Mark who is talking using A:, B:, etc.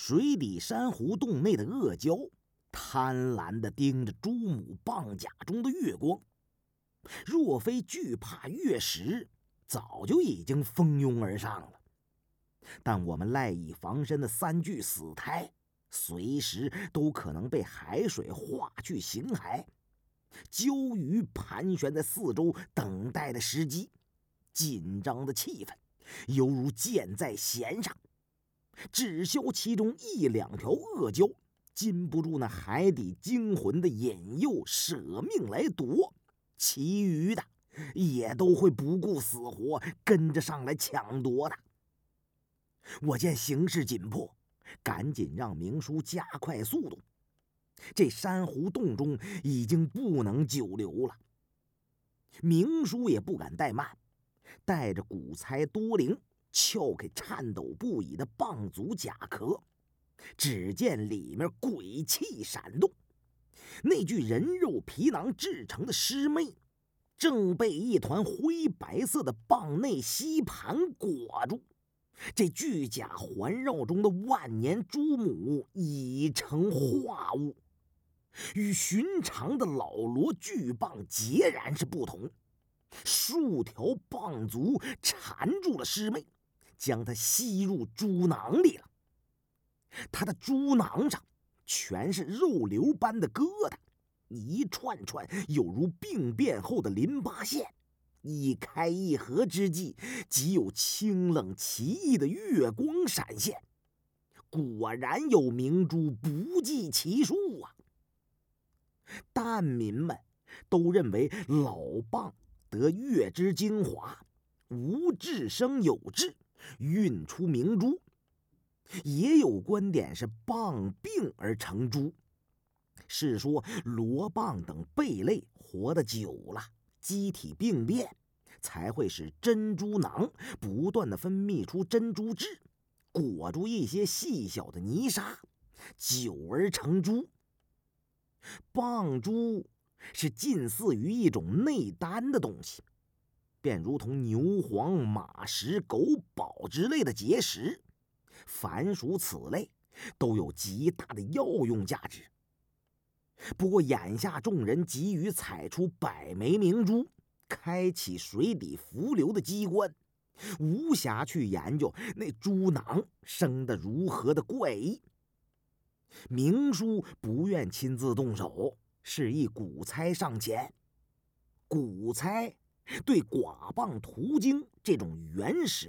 A: 水底珊瑚洞内的鳄鲛贪婪地盯着朱母蚌甲中的月光，若非惧怕月食，早就已经蜂拥而上了。但我们赖以防身的3具死胎，随时都可能被海水化去形骸。鲛鱼盘旋在四周，等待的时机，紧张的气氛犹如箭在弦上。只消其中1、2条鳄鲛禁不住那海底惊魂的引诱，舍命来夺，其余的也都会不顾死活跟着上来抢夺的。我见形势紧迫，赶紧让明叔加快速度。这珊瑚洞中已经不能久留了。明叔也不敢怠慢，带着古猜多灵撬开颤抖不已的蚌足甲壳，只见里面鬼气闪动，那具人肉皮囊制成的尸魅正被一团灰白色的蚌内吸盘裹住。这巨甲环绕中的万年朱母已成化物，与寻常的老罗巨蚌截然是不同。数条蚌足缠住了尸魅，将它吸入猪囊里了。它的猪囊上全是肉瘤般的疙瘩，一串串有如病变后的淋巴腺，一开一合之际，即有清冷奇异的月光闪现。果然有明珠不计其数啊！蛋民们都认为老蚌得月之精华，无智生有智，运出明珠。也有观点是蚌病而成珠，是说螺蚌等贝类活得久了，机体病变，才会使珍珠囊不断地分泌出珍珠汁，裹住一些细小的泥沙，久而成珠。蚌珠是近似于一种内丹的东西，便如同牛黄、马石、狗宝之类的结石，凡属此类都有极大的药用价值。不过眼下众人急于采出100枚明珠，开启水底浮流的机关，无暇去研究那猪囊生得如何的怪异。明叔不愿亲自动手，示意古猜上前。古猜对寡蚌途经这种原始